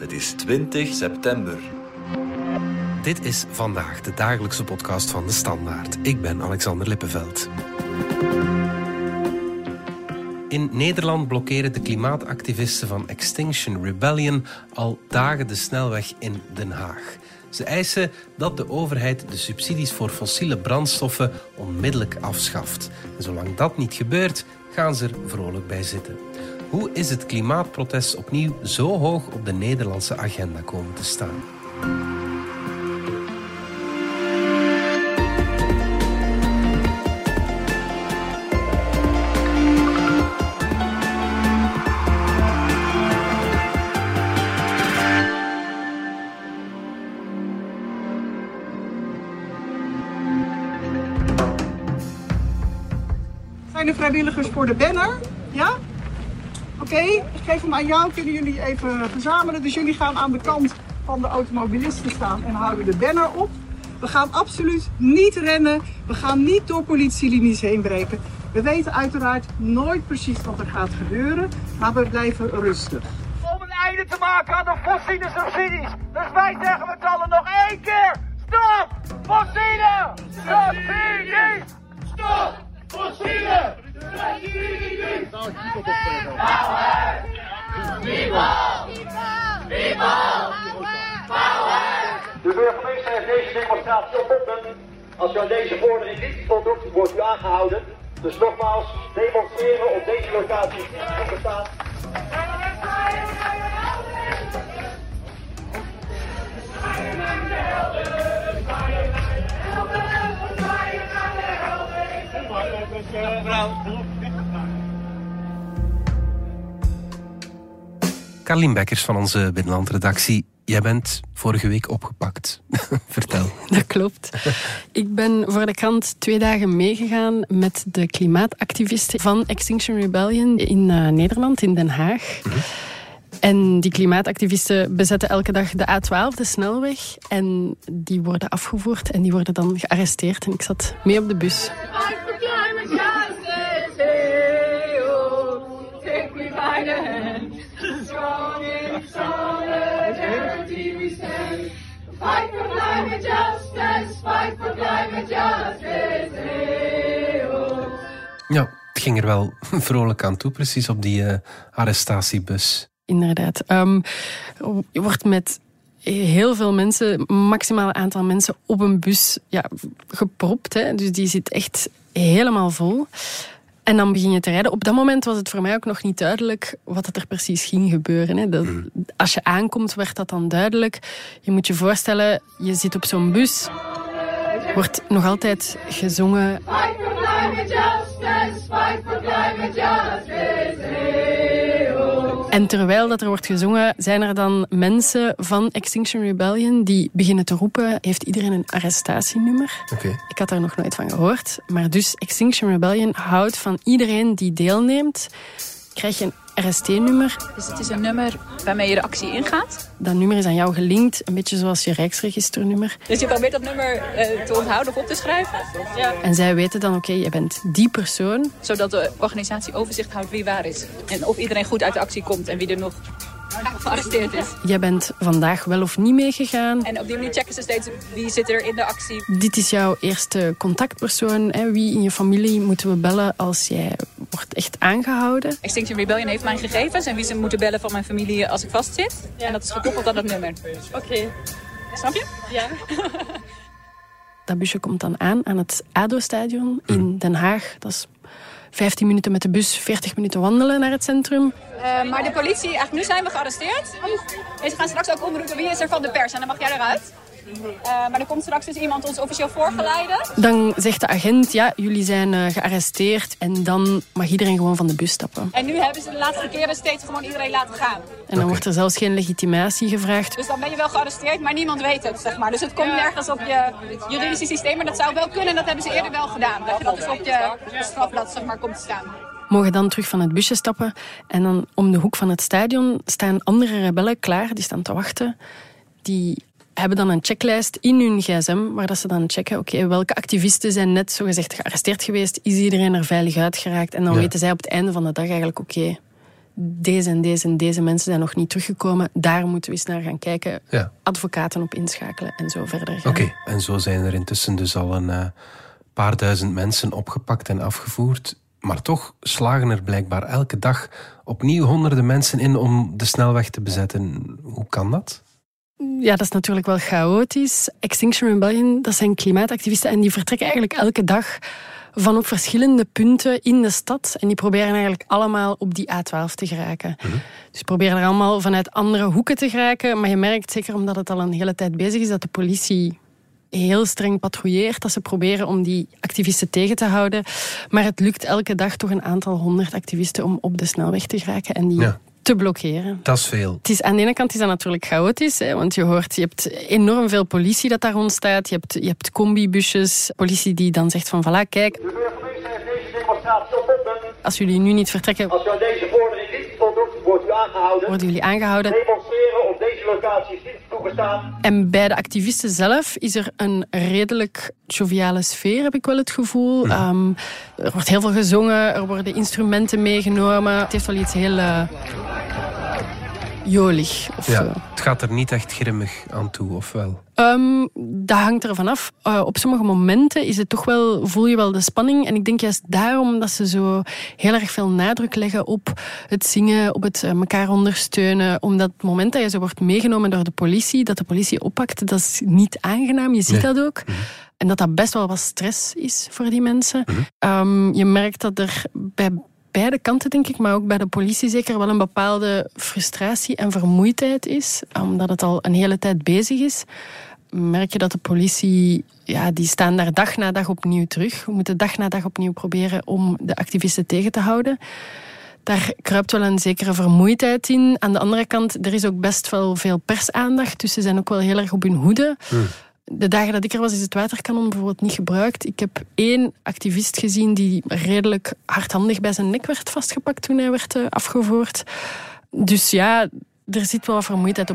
Het is 20 september. Dit is Vandaag, de dagelijkse podcast van De Standaard. Ik ben Alexander Lippenveld. In Nederland blokkeren de klimaatactivisten van Extinction Rebellion al dagen de snelweg in Den Haag. Ze eisen dat de overheid de subsidies voor fossiele brandstoffen onmiddellijk afschaft. En zolang dat niet gebeurt, gaan ze er vrolijk bij zitten. Hoe is het klimaatprotest opnieuw zo hoog op de Nederlandse agenda komen te staan? Zijn er vrijwilligers voor de banner? Ja? Oké, ik geef hem aan jou. Kunnen jullie even verzamelen? Dus jullie gaan aan de kant van de automobilisten staan en houden de banner op. We gaan absoluut niet rennen. We gaan niet door politielinies heen breken. We weten uiteraard nooit precies wat er gaat gebeuren, maar we blijven rustig. Om een einde te maken aan de fossiele subsidies. Dus wij zeggen met z'n allen nog 1 keer. Stop fossiele subsidies! Stop fossiele subsidies! Power! De burgemeester heeft deze demonstratie ontbonden. Als u aan deze vordering niet voldoet, wordt u aangehouden. Dus nogmaals, demonstreren op deze locatie toegestaan. Carlien Bekkers van onze Binnenlandredactie. Jij bent vorige week opgepakt. Vertel. Dat klopt. Ik ben voor de krant 2 dagen meegegaan met de klimaatactivisten van Extinction Rebellion in Nederland, in Den Haag. Mm-hmm. En die klimaatactivisten bezetten elke dag de A12, de snelweg. En die worden afgevoerd en die worden dan gearresteerd. En ik zat mee op de bus. Fight for climate justice, fight for climate justice. Ja, het ging er wel vrolijk aan toe, precies op die arrestatiebus. Inderdaad. Je wordt met heel veel mensen, maximaal aantal mensen op een bus gepropt. Hè. Dus die zit echt helemaal vol. En dan begin je te rijden. Op dat moment was het voor mij ook nog niet duidelijk wat er precies ging gebeuren. Hè. Als je aankomt, werd dat dan duidelijk. Je moet je voorstellen, je zit op zo'n bus. Wordt nog altijd gezongen. Fight for climate justice, fight for climate justice. En terwijl dat er wordt gezongen, zijn er dan mensen van Extinction Rebellion die beginnen te roepen, heeft iedereen een arrestatienummer? Okay. Ik had daar nog nooit van gehoord. Maar dus Extinction Rebellion houdt van iedereen die deelneemt, krijg je een RST-nummer. Dus het is een nummer waarmee je de actie ingaat? Dat nummer is aan jou gelinkt, een beetje zoals je Rijksregisternummer. Dus je probeert dat nummer te onthouden of op te schrijven? Ja. En zij weten dan, oké, je bent die persoon. Zodat de organisatie overzicht houdt wie waar is. En of iedereen goed uit de actie komt en wie er nog gearresteerd is. Jij bent vandaag wel of niet meegegaan. En op die manier checken ze steeds wie zit er in de actie. Dit is jouw eerste contactpersoon. Hè? Wie in je familie moeten we bellen als jij wordt echt aangehouden? Extinction Rebellion heeft mijn gegevens en wie ze moeten bellen van mijn familie als ik vastzit. Ja. En dat is gekoppeld aan dat nummer. Oké. Snap je? Ja. Dat busje komt dan aan het ADO-stadion in Den Haag. Dat is 15 minuten met de bus, 40 minuten wandelen naar het centrum. Maar de politie, eigenlijk nu zijn we gearresteerd. En ze gaan straks ook omroepen wie is er van de pers en dan mag jij eruit. Maar er komt straks dus iemand ons officieel voorgeleiden. Dan zegt de agent, ja, jullie zijn gearresteerd en dan mag iedereen gewoon van de bus stappen. En nu hebben ze de laatste keren steeds gewoon iedereen laten gaan. En dan wordt er zelfs geen legitimatie gevraagd. Dus dan ben je wel gearresteerd, maar niemand weet het, zeg maar. Dus het komt nergens op je juridische systeem, maar dat zou wel kunnen. Dat hebben ze eerder wel gedaan. Dat je dat dus op je strafblad, zeg maar, komt te staan. Mogen dan terug van het busje stappen. En dan om de hoek van het stadion staan andere rebellen klaar. Die staan te wachten. Die hebben dan een checklist in hun gsm, waar dat ze dan checken, oké, welke activisten zijn net zogezegd gearresteerd geweest? Is iedereen er veilig uitgeraakt? En dan weten zij op het einde van de dag eigenlijk, oké, deze en deze en deze mensen zijn nog niet teruggekomen. Daar moeten we eens naar gaan kijken. Ja. Advocaten op inschakelen en zo verder gaan. Oké, en zo zijn er intussen dus al een paar duizend mensen opgepakt en afgevoerd. Maar toch slagen er blijkbaar elke dag opnieuw honderden mensen in om de snelweg te bezetten. Hoe kan dat? Ja, dat is natuurlijk wel chaotisch. Extinction Rebellion, dat zijn klimaatactivisten en die vertrekken eigenlijk elke dag van op verschillende punten in de stad. En die proberen eigenlijk allemaal op die A12 te geraken. Dus proberen er allemaal vanuit andere hoeken te geraken. Maar je merkt, zeker omdat het al een hele tijd bezig is, dat de politie heel streng patrouilleert. Dat ze proberen om die activisten tegen te houden. Maar het lukt elke dag toch een aantal 100 activisten om op de snelweg te geraken en die te blokkeren. Dat is veel. Aan de ene kant is dat natuurlijk chaotisch, hè, want je hebt enorm veel politie dat daar rondstaat. Je hebt combibusjes, politie die dan zegt van voilà, kijk, De burgemeester heeft deze demonstratie ontbonden. als jullie nu niet vertrekken, Als u aan deze vordering niet voldoet, wordt u aangehouden. worden jullie aangehouden. Demonstreren op deze locatie is niet toegestaan. En bij de activisten zelf is er een redelijk joviale sfeer, heb ik wel het gevoel. Er wordt heel veel gezongen, er worden instrumenten meegenomen. Het heeft wel iets heel jolig. Het gaat er niet echt grimmig aan toe, of wel? Dat hangt er vanaf. Op sommige momenten is het toch wel, voel je wel de spanning. En ik denk juist daarom dat ze zo heel erg veel nadruk leggen op het zingen, op het elkaar ondersteunen. Omdat het moment dat je zo wordt meegenomen door de politie, dat de politie oppakt, dat is niet aangenaam. Je ziet dat ook. En dat best wel wat stress is voor die mensen. Je merkt dat er bij beide kanten, denk ik, maar ook bij de politie zeker wel een bepaalde frustratie en vermoeidheid is. Omdat het al een hele tijd bezig is. Merk je dat de politie, die staan daar dag na dag opnieuw terug. We moeten dag na dag opnieuw proberen om de activisten tegen te houden. Daar kruipt wel een zekere vermoeidheid in. Aan de andere kant, er is ook best wel veel persaandacht. Dus ze zijn ook wel heel erg op hun hoede. De dagen dat ik er was, is het waterkanon bijvoorbeeld niet gebruikt. Ik heb 1 activist gezien die redelijk hardhandig bij zijn nek werd vastgepakt toen hij werd afgevoerd. Dus ja, er zit wel wat vermoeidheid op.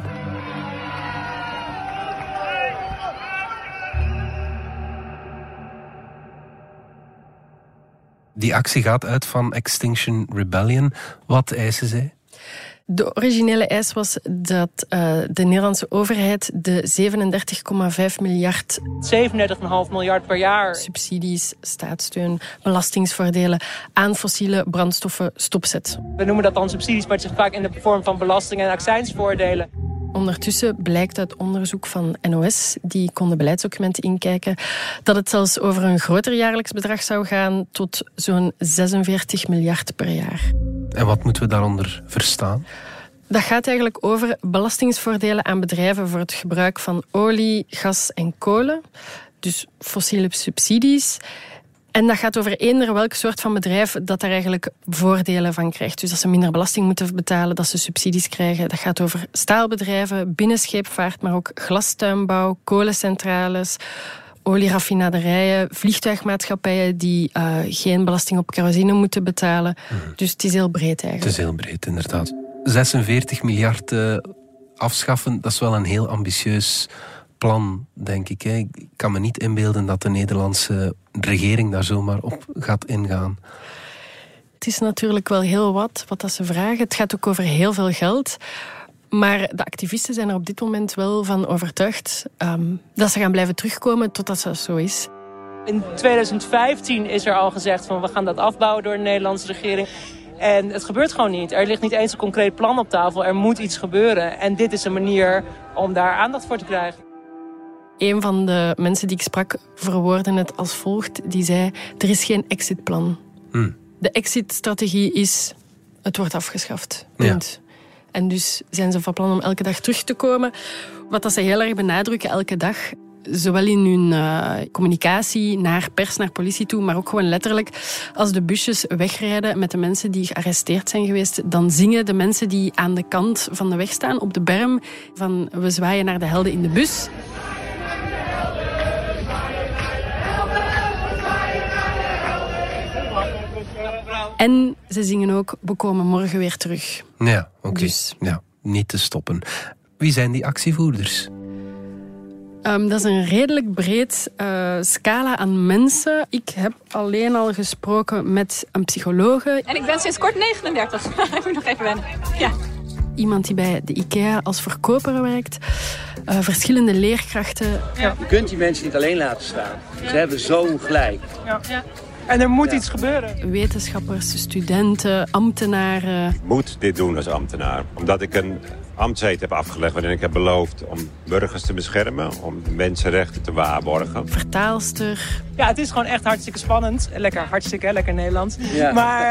Die actie gaat uit van Extinction Rebellion. Wat eisen zij? De originele eis was dat de Nederlandse overheid de 37,5 miljard... 37,5 miljard per jaar. ...subsidies, staatssteun, belastingsvoordelen aan fossiele brandstoffen stopzet. We noemen dat dan subsidies, maar het is vaak in de vorm van belastingen en accijnsvoordelen. Ondertussen blijkt uit onderzoek van NOS, die kon de beleidsdocumenten inkijken, dat het zelfs over een groter jaarlijks bedrag zou gaan tot zo'n 46 miljard per jaar. En wat moeten we daaronder verstaan? Dat gaat eigenlijk over belastingsvoordelen aan bedrijven voor het gebruik van olie, gas en kolen. Dus fossiele subsidies. En dat gaat over eender welk soort van bedrijf dat daar eigenlijk voordelen van krijgt. Dus dat ze minder belasting moeten betalen, dat ze subsidies krijgen. Dat gaat over staalbedrijven, binnenscheepvaart, maar ook glastuinbouw, kolencentrales, olieraffinaderijen, vliegtuigmaatschappijen die geen belasting op kerosine moeten betalen. Dus het is heel breed eigenlijk. Het is heel breed, inderdaad. 46 miljard afschaffen, dat is wel een heel ambitieus plan, denk ik. Ik kan me niet inbeelden dat de Nederlandse regering daar zomaar op gaat ingaan. Het is natuurlijk wel heel wat dat ze vragen. Het gaat ook over heel veel geld. Maar de activisten zijn er op dit moment wel van overtuigd dat ze gaan blijven terugkomen totdat dat zo is. In 2015 is er al gezegd van we gaan dat afbouwen door de Nederlandse regering. En het gebeurt gewoon niet. Er ligt niet eens een concreet plan op tafel. Er moet iets gebeuren. En dit is een manier om daar aandacht voor te krijgen. Een van de mensen die ik sprak verwoordde het als volgt. Die zei, er is geen exitplan. De exitstrategie is, het wordt afgeschaft. Punt. Ja. En dus zijn ze van plan om elke dag terug te komen. Wat dat ze heel erg benadrukken elke dag, zowel in hun communicatie naar pers, naar politie toe, maar ook gewoon letterlijk, als de busjes wegrijden met de mensen die gearresteerd zijn geweest, dan zingen de mensen die aan de kant van de weg staan, op de berm, van we zwaaien naar de helden in de bus. En ze zingen ook, we komen morgen weer terug. Ja, oké. Dus. Ja, niet te stoppen. Wie zijn die actievoerders? Dat is een redelijk breed scala aan mensen. Ik heb alleen al gesproken met een psychologe. En ik ben sinds kort 39. Ik moet nog even wennen. Ja. Iemand die bij de IKEA als verkoper werkt. Verschillende leerkrachten. Ja. Je kunt die mensen niet alleen laten staan. Ze hebben zo gelijk. Ja. En er moet iets gebeuren. Wetenschappers, studenten, ambtenaren. Ik moet dit doen als ambtenaar. Omdat ik een ambtseed heb afgelegd waarin ik heb beloofd om burgers te beschermen, om mensenrechten te waarborgen. Vertaalster. Ja, het is gewoon echt hartstikke spannend. Lekker Nederlands. Ja. Maar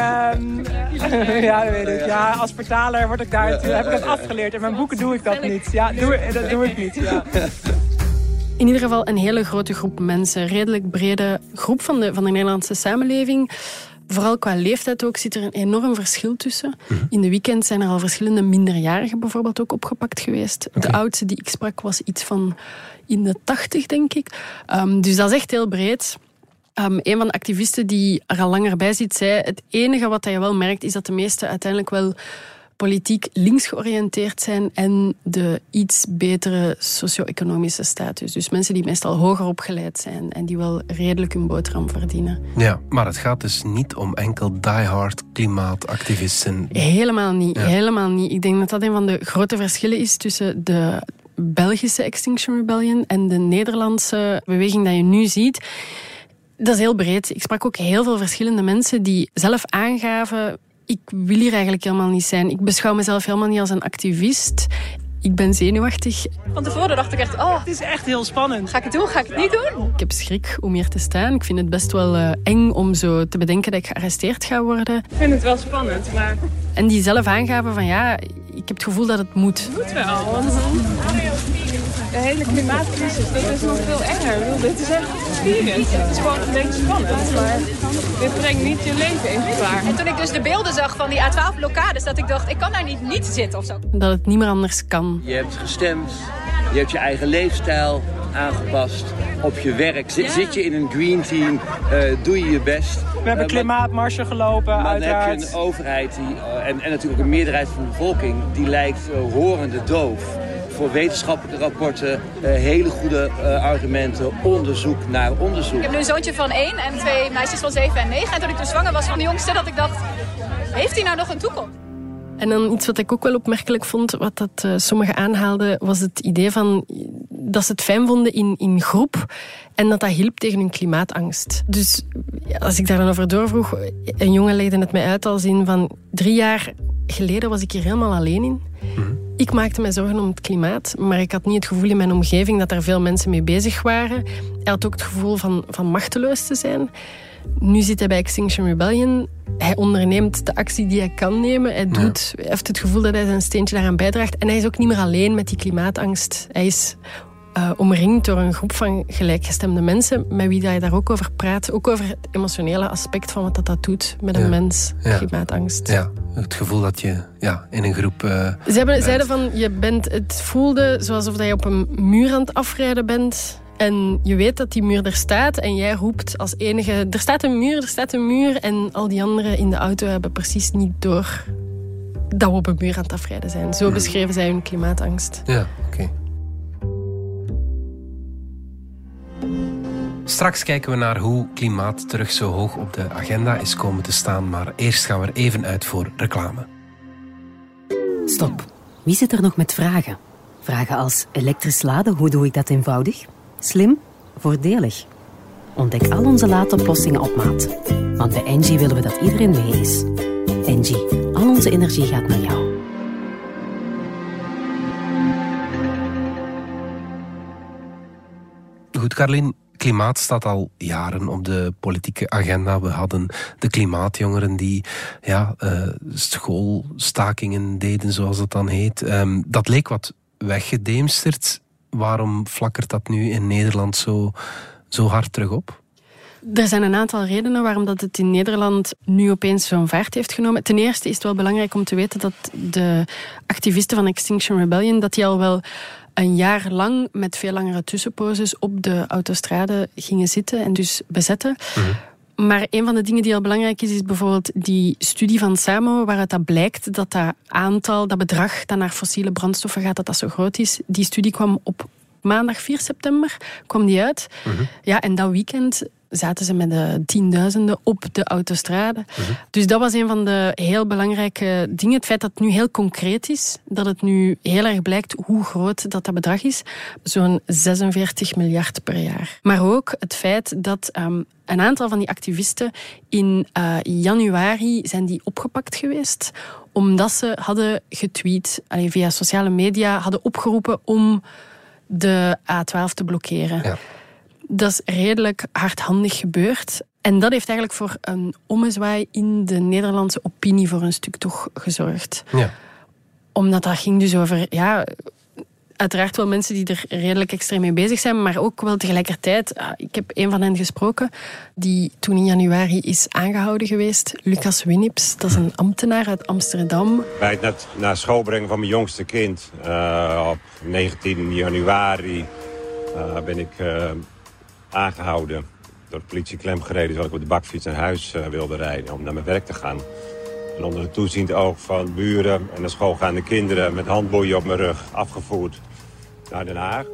ja, weet ik. Ja, als vertaler heb ik dat afgeleerd. In mijn boeken doe ik dat niet. Ja, dat doe ik niet. Ja. In ieder geval een hele grote groep mensen. Redelijk brede groep van de Nederlandse samenleving. Vooral qua leeftijd ook zit er een enorm verschil tussen. In de weekend zijn er al verschillende minderjarigen bijvoorbeeld ook opgepakt geweest. Okay. De oudste die ik sprak was iets van in de 80, denk ik. Dus dat is echt heel breed. Een van de activisten die er al langer bij zit, zei: het enige wat je wel merkt is dat de meesten uiteindelijk wel politiek links georiënteerd zijn en de iets betere socio-economische status. Dus mensen die meestal hoger opgeleid zijn en die wel redelijk hun boterham verdienen. Ja, maar het gaat dus niet om enkel diehard klimaatactivisten. Helemaal niet, helemaal niet. Ik denk dat dat een van de grote verschillen is tussen de Belgische Extinction Rebellion en de Nederlandse beweging dat je nu ziet. Dat is heel breed. Ik sprak ook heel veel verschillende mensen die zelf aangaven: ik wil hier eigenlijk helemaal niet zijn. Ik beschouw mezelf helemaal niet als een activist. Ik ben zenuwachtig. Van tevoren dacht ik echt, het is echt heel spannend. Ga ik het doen? Ga ik het niet doen? Ik heb schrik om hier te staan. Ik vind het best wel eng om zo te bedenken dat ik gearresteerd ga worden. Ik vind het wel spannend, maar... En die zelf aangaven van ja, ik heb het gevoel dat het moet. Het moet wel, want de hele klimaatcrisis, dat is nog veel enger. Dit is echt een virus. Het is gewoon een beetje spannend, maar dit brengt niet je leven in gevaar. En toen ik dus de beelden zag van die A12-blokkades, dat ik dacht, ik kan daar niet zitten of zo. Dat het niet meer anders kan. Je hebt gestemd, je hebt je eigen leefstijl aangepast. Op je werk zit je in een green team, doe je je best. We hebben klimaatmarsen gelopen, maar uiteraard. Dan heb je een overheid en natuurlijk ook een meerderheid van de bevolking die lijkt horende doof voor wetenschappelijke rapporten, hele goede argumenten, onderzoek naar onderzoek. Ik heb nu een zoontje van 1 en 2 meisjes van 7 en 9. En toen ik toen zwanger was van de jongste, dat ik dacht, heeft hij nou nog een toekomst? En dan iets wat ik ook wel opmerkelijk vond, wat dat sommigen aanhaalden, was het idee van dat ze het fijn vonden in groep en dat hielp tegen hun klimaatangst. Dus als ik daar dan over doorvroeg, een jongen legde het mij uit als in van 3 jaar geleden was ik hier helemaal alleen in. Ik maakte mij zorgen om het klimaat, maar ik had niet het gevoel in mijn omgeving dat er veel mensen mee bezig waren. Hij had ook het gevoel van machteloos te zijn. Nu zit hij bij Extinction Rebellion. Hij onderneemt de actie die hij kan nemen. Hij heeft het gevoel dat hij zijn steentje daaraan bijdraagt. En hij is ook niet meer alleen met die klimaatangst. Hij is omringd door een groep van gelijkgestemde mensen met wie hij daar ook over praat. Ook over het emotionele aspect van wat dat doet met een mens, klimaatangst. Ja, het gevoel dat je in een groep... Ze zeiden van, het voelde alsof je op een muur aan het afrijden bent. En je weet dat die muur er staat en jij roept als enige, er staat een muur. En al die anderen in de auto hebben precies niet door dat we op een muur aan het afrijden zijn. Zo beschreven zij hun klimaatangst. Ja, oké. Straks kijken we naar hoe klimaat terug zo hoog op de agenda is komen te staan. Maar eerst gaan we er even uit voor reclame. Stop. Wie zit er nog met vragen? Vragen als elektrisch laden, hoe doe ik dat eenvoudig? Slim? Voordelig? Ontdek al onze laadoplossingen op maat. Want bij Engie willen we dat iedereen mee is. Engie, al onze energie gaat naar jou. Goed, Carlien. Klimaat staat al jaren op de politieke agenda. We hadden de klimaatjongeren die schoolstakingen deden, zoals dat dan heet. Dat leek wat weggedemsterd. Waarom flakkert dat nu in Nederland zo hard terug op? Er zijn een aantal redenen waarom dat het in Nederland nu opeens zo'n vaart heeft genomen. Ten eerste is het wel belangrijk om te weten dat de activisten van Extinction Rebellion, dat die al wel een jaar lang met veel langere tussenposes op de autostrade gingen zitten en dus bezetten. Maar een van de dingen die al belangrijk is bijvoorbeeld die studie van Samo, waaruit dat blijkt dat dat bedrag dat naar fossiele brandstoffen gaat, dat zo groot is. Die studie kwam op maandag 4 september kwam die uit. Ja, en dat weekend zaten ze met de tienduizenden op de autostrade. Dus dat was een van de heel belangrijke dingen. Het feit dat het nu heel concreet is, dat het nu heel erg blijkt hoe groot dat bedrag is. Zo'n 46 miljard per jaar. Maar ook het feit dat een aantal van die activisten in januari zijn die opgepakt geweest, omdat ze hadden getweet, via sociale media, hadden opgeroepen om de A12 te blokkeren. Ja. Dat is redelijk hardhandig gebeurd. En dat heeft eigenlijk voor een ommezwaai in de Nederlandse opinie voor een stuk toch gezorgd. Ja. Omdat dat ging dus over, uiteraard wel mensen die er redelijk extreem mee bezig zijn, maar ook wel tegelijkertijd, ik heb een van hen gesproken, die toen in januari is aangehouden geweest, Lucas Winnips, dat is een ambtenaar uit Amsterdam. Bij het naar school brengen van mijn jongste kind, op 19 januari ben ik aangehouden, door de politie klemgereden, zodat ik op de bakfiets naar huis wilde rijden om naar mijn werk te gaan. En onder het toeziend oog van buren en naar school gaande kinderen met handboeien op mijn rug afgevoerd naar Den Haag.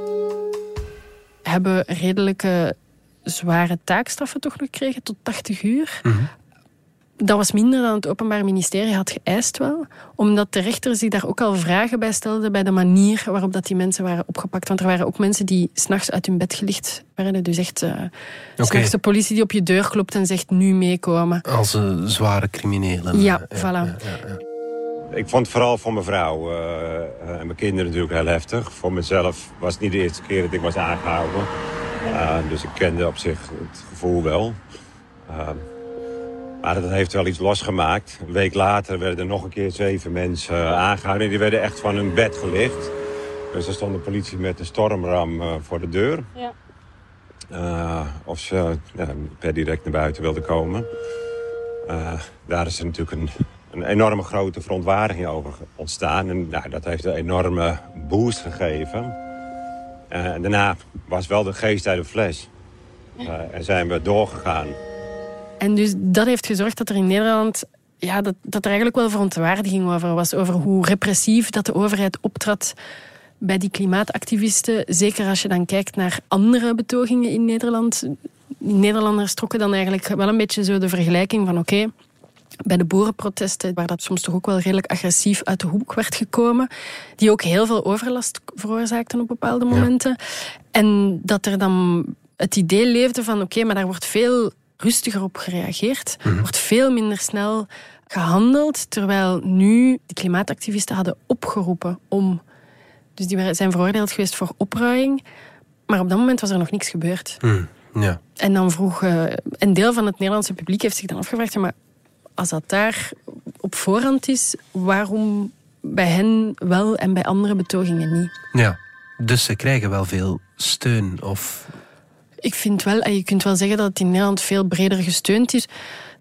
Hebben redelijke zware taakstraffen toch nog gekregen, tot 80 uur. Dat was minder dan het Openbaar Ministerie had geëist wel. Omdat de rechter zich daar ook al vragen bij stelde bij de manier waarop dat die mensen waren opgepakt. Want er waren ook mensen die 's nachts uit hun bed gelicht werden. Dus echt 's nachts de politie die op je deur klopt en zegt nu meekomen. Als zware criminelen. Ja, voilà. Ik vond het vooral voor mijn vrouw en mijn kinderen natuurlijk heel heftig. Voor mezelf was het niet de eerste keer dat ik was aangehouden. Dus ik kende op zich het gevoel wel. Maar dat heeft wel iets losgemaakt. Een week later werden er nog een keer 7 mensen aangehouden. En die werden echt van hun bed gelicht. Dus er stond de politie met een stormram voor de deur. Ja. Of ze per direct naar buiten wilden komen. Daar is er natuurlijk een enorme grote verontwaardiging over ontstaan. En dat heeft een enorme boost gegeven. En daarna was wel de geest uit de fles. En zijn we doorgegaan. En dus dat heeft gezorgd dat er in Nederland, dat er eigenlijk wel verontwaardiging over was. Over hoe repressief dat de overheid optrad bij die klimaatactivisten. Zeker als je dan kijkt naar andere betogingen in Nederland. Nederlanders trokken dan eigenlijk wel een beetje zo de vergelijking van bij de boerenprotesten, waar dat soms toch ook wel redelijk agressief uit de hoek werd gekomen, die ook heel veel overlast veroorzaakten op bepaalde momenten. En dat er dan het idee leefde van maar daar wordt veel rustiger op gereageerd. Er wordt veel minder snel gehandeld, terwijl nu de klimaatactivisten hadden opgeroepen om. Dus die zijn veroordeeld geweest voor opruiing. Maar op dat moment was er nog niks gebeurd. Ja. En dan vroeg een deel van het Nederlandse publiek heeft zich dan afgevraagd, maar als dat daar op voorhand is, waarom bij hen wel en bij andere betogingen niet? Ja, dus ze krijgen wel veel steun, of? Ik vind wel, je kunt wel zeggen dat het in Nederland veel breder gesteund is.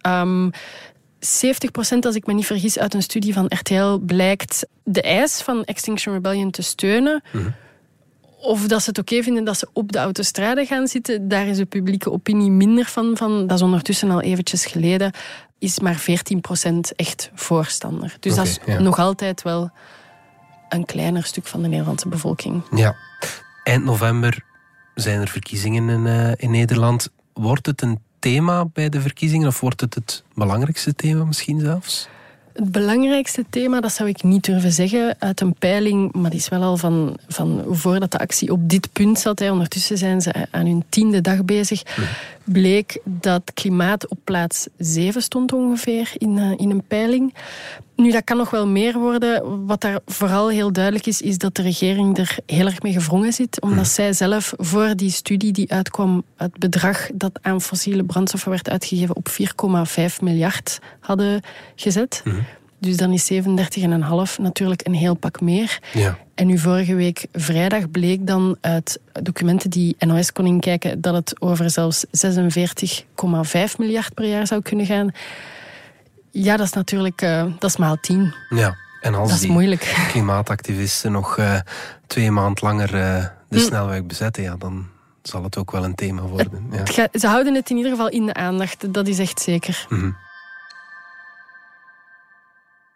70%, als ik me niet vergis, uit een studie van RTL blijkt de eis van Extinction Rebellion te steunen. Of dat ze het oké vinden dat ze op de autostrade gaan zitten, daar is de publieke opinie minder van. Dat is ondertussen al eventjes geleden. Is maar 14% echt voorstander. Dus dat is nog altijd wel een kleiner stuk van de Nederlandse bevolking. Ja. Eind november zijn er verkiezingen in Nederland. Wordt het een thema bij de verkiezingen of wordt het het belangrijkste thema misschien zelfs? Het belangrijkste thema, dat zou ik niet durven zeggen uit een peiling, maar die is wel al van voordat de actie op dit punt zat. Ondertussen zijn ze aan hun 10e dag bezig. Bleek dat klimaat op plaats 7 stond ongeveer in een peiling. Nu, dat kan nog wel meer worden. Wat daar vooral heel duidelijk is dat de regering er heel erg mee gevrongen zit. Omdat zij zelf voor die studie die uitkwam, het bedrag dat aan fossiele brandstoffen werd uitgegeven op 4,5 miljard hadden gezet. Dus dan is 37,5 natuurlijk een heel pak meer. Ja. En nu vorige week vrijdag bleek dan uit documenten die NOS kon inkijken dat het over zelfs 46,5 miljard per jaar zou kunnen gaan. Ja, dat is natuurlijk dat is maal 10. Ja, en als dat is moeilijk. Klimaatactivisten nog 2 maanden langer de snelweg bezetten, dan zal het ook wel een thema worden. Ze houden het in ieder geval in de aandacht, dat is echt zeker.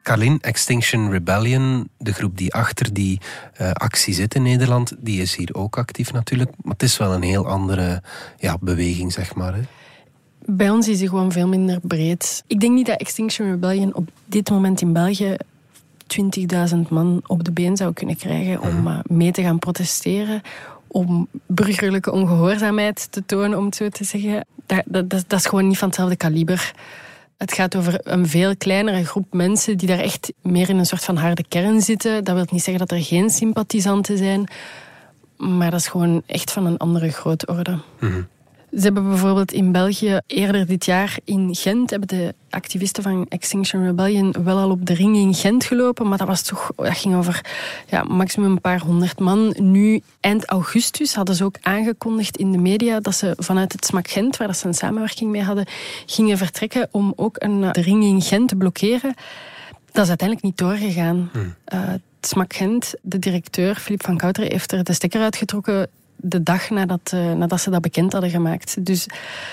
Carlien, Extinction Rebellion, de groep die achter die actie zit in Nederland, die is hier ook actief natuurlijk. Maar het is wel een heel andere beweging, zeg maar. Hè? Bij ons is die gewoon veel minder breed. Ik denk niet dat Extinction Rebellion op dit moment in België 20.000 man op de been zou kunnen krijgen om mee te gaan protesteren, om burgerlijke ongehoorzaamheid te tonen, om het zo te zeggen. Dat is gewoon niet van hetzelfde kaliber. Het gaat over een veel kleinere groep mensen die daar echt meer in een soort van harde kern zitten. Dat wil niet zeggen dat er geen sympathisanten zijn, maar dat is gewoon echt van een andere grootorde. Mm-hmm. Ze hebben bijvoorbeeld in België eerder dit jaar in Gent, hebben de activisten van Extinction Rebellion wel al op de ring in Gent gelopen, maar dat ging over maximum een paar 100 man. Nu, eind augustus, hadden ze ook aangekondigd in de media dat ze vanuit het SMAK Gent, waar ze een samenwerking mee hadden, gingen vertrekken om ook de ring in Gent te blokkeren. Dat is uiteindelijk niet doorgegaan. Het SMAK Gent, de directeur, Philippe van Kouteren, heeft er de stekker uitgetrokken de dag nadat ze dat bekend hadden gemaakt. Dus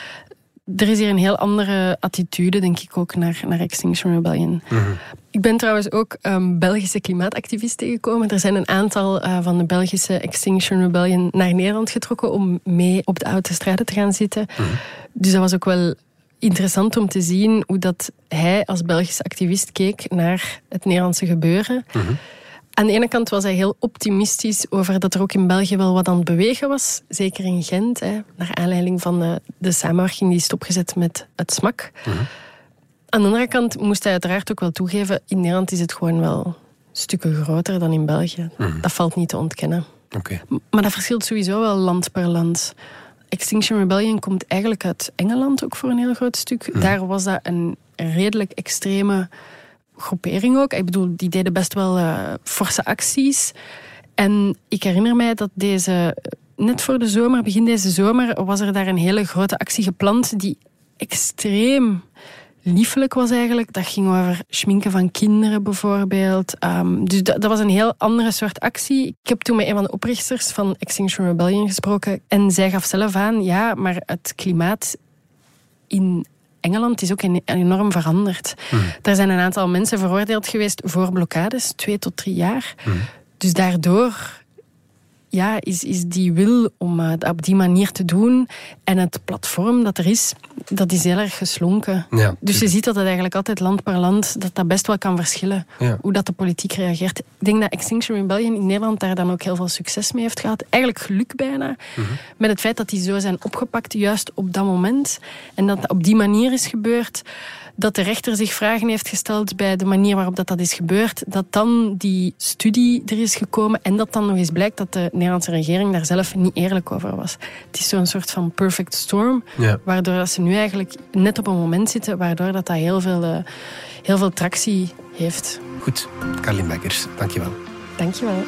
er is hier een heel andere attitude, denk ik, ook naar Extinction Rebellion. Mm-hmm. Ik ben trouwens ook Belgische klimaatactivisten tegengekomen. Er zijn een aantal van de Belgische Extinction Rebellion naar Nederland getrokken om mee op de autostrade te gaan zitten. Mm-hmm. Dus dat was ook wel interessant om te zien hoe dat hij als Belgische activist keek naar het Nederlandse gebeuren. Mm-hmm. Aan de ene kant was hij heel optimistisch over dat er ook in België wel wat aan het bewegen was. Zeker in Gent, naar aanleiding van de samenwerking die is opgezet met het SMAK. Mm-hmm. Aan de andere kant moest hij uiteraard ook wel toegeven, in Nederland is het gewoon wel stukken groter dan in België. Mm-hmm. Dat valt niet te ontkennen. Okay. Maar dat verschilt sowieso wel land per land. Extinction Rebellion komt eigenlijk uit Engeland ook voor een heel groot stuk. Mm-hmm. Daar was dat een redelijk extreme groepering ook. Ik bedoel, die deden best wel forse acties. En ik herinner mij dat net voor de zomer, begin deze zomer, was er daar een hele grote actie gepland die extreem liefelijk was eigenlijk. Dat ging over schminken van kinderen bijvoorbeeld. Dus dat was een heel andere soort actie. Ik heb toen met een van de oprichters van Extinction Rebellion gesproken en zij gaf zelf aan, ja, maar het klimaat in Engeland is ook enorm veranderd. Daar zijn een aantal mensen veroordeeld geweest voor blokkades, 2 tot 3 jaar. Dus daardoor is die wil om het op die manier te doen en het platform dat er is, dat is heel erg geslonken. Ja, dus je ziet dat het eigenlijk altijd land per land, dat best wel kan verschillen, hoe dat de politiek reageert. Ik denk dat Extinction Rebellion in Nederland daar dan ook heel veel succes mee heeft gehad. Eigenlijk geluk bijna, met het feit dat die zo zijn opgepakt, juist op dat moment. En dat op die manier is gebeurd, dat de rechter zich vragen heeft gesteld bij de manier waarop dat is gebeurd, dat dan die studie er is gekomen en dat dan nog eens blijkt dat de Nederlandse regering daar zelf niet eerlijk over was. Het is zo'n soort van perfect storm, waardoor dat ze nu eigenlijk net op een moment zitten, waardoor dat heel veel tractie heeft. Goed, Carlien Bekkers, dankjewel. Dankjewel.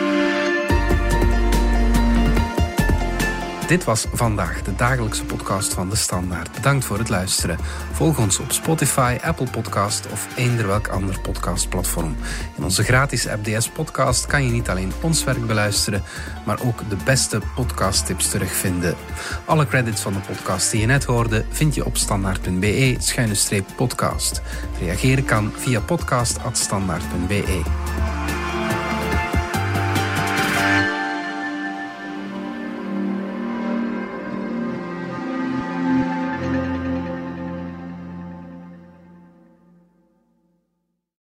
Dit was Vandaag, de dagelijkse podcast van De Standaard. Bedankt voor het luisteren. Volg ons op Spotify, Apple Podcast of eender welk ander podcastplatform. In onze gratis app DS Podcast kan je niet alleen ons werk beluisteren, maar ook de beste podcasttips terugvinden. Alle credits van de podcast die je net hoorde vind je op standaard.be/podcast. Reageren kan via podcast@standaard.be.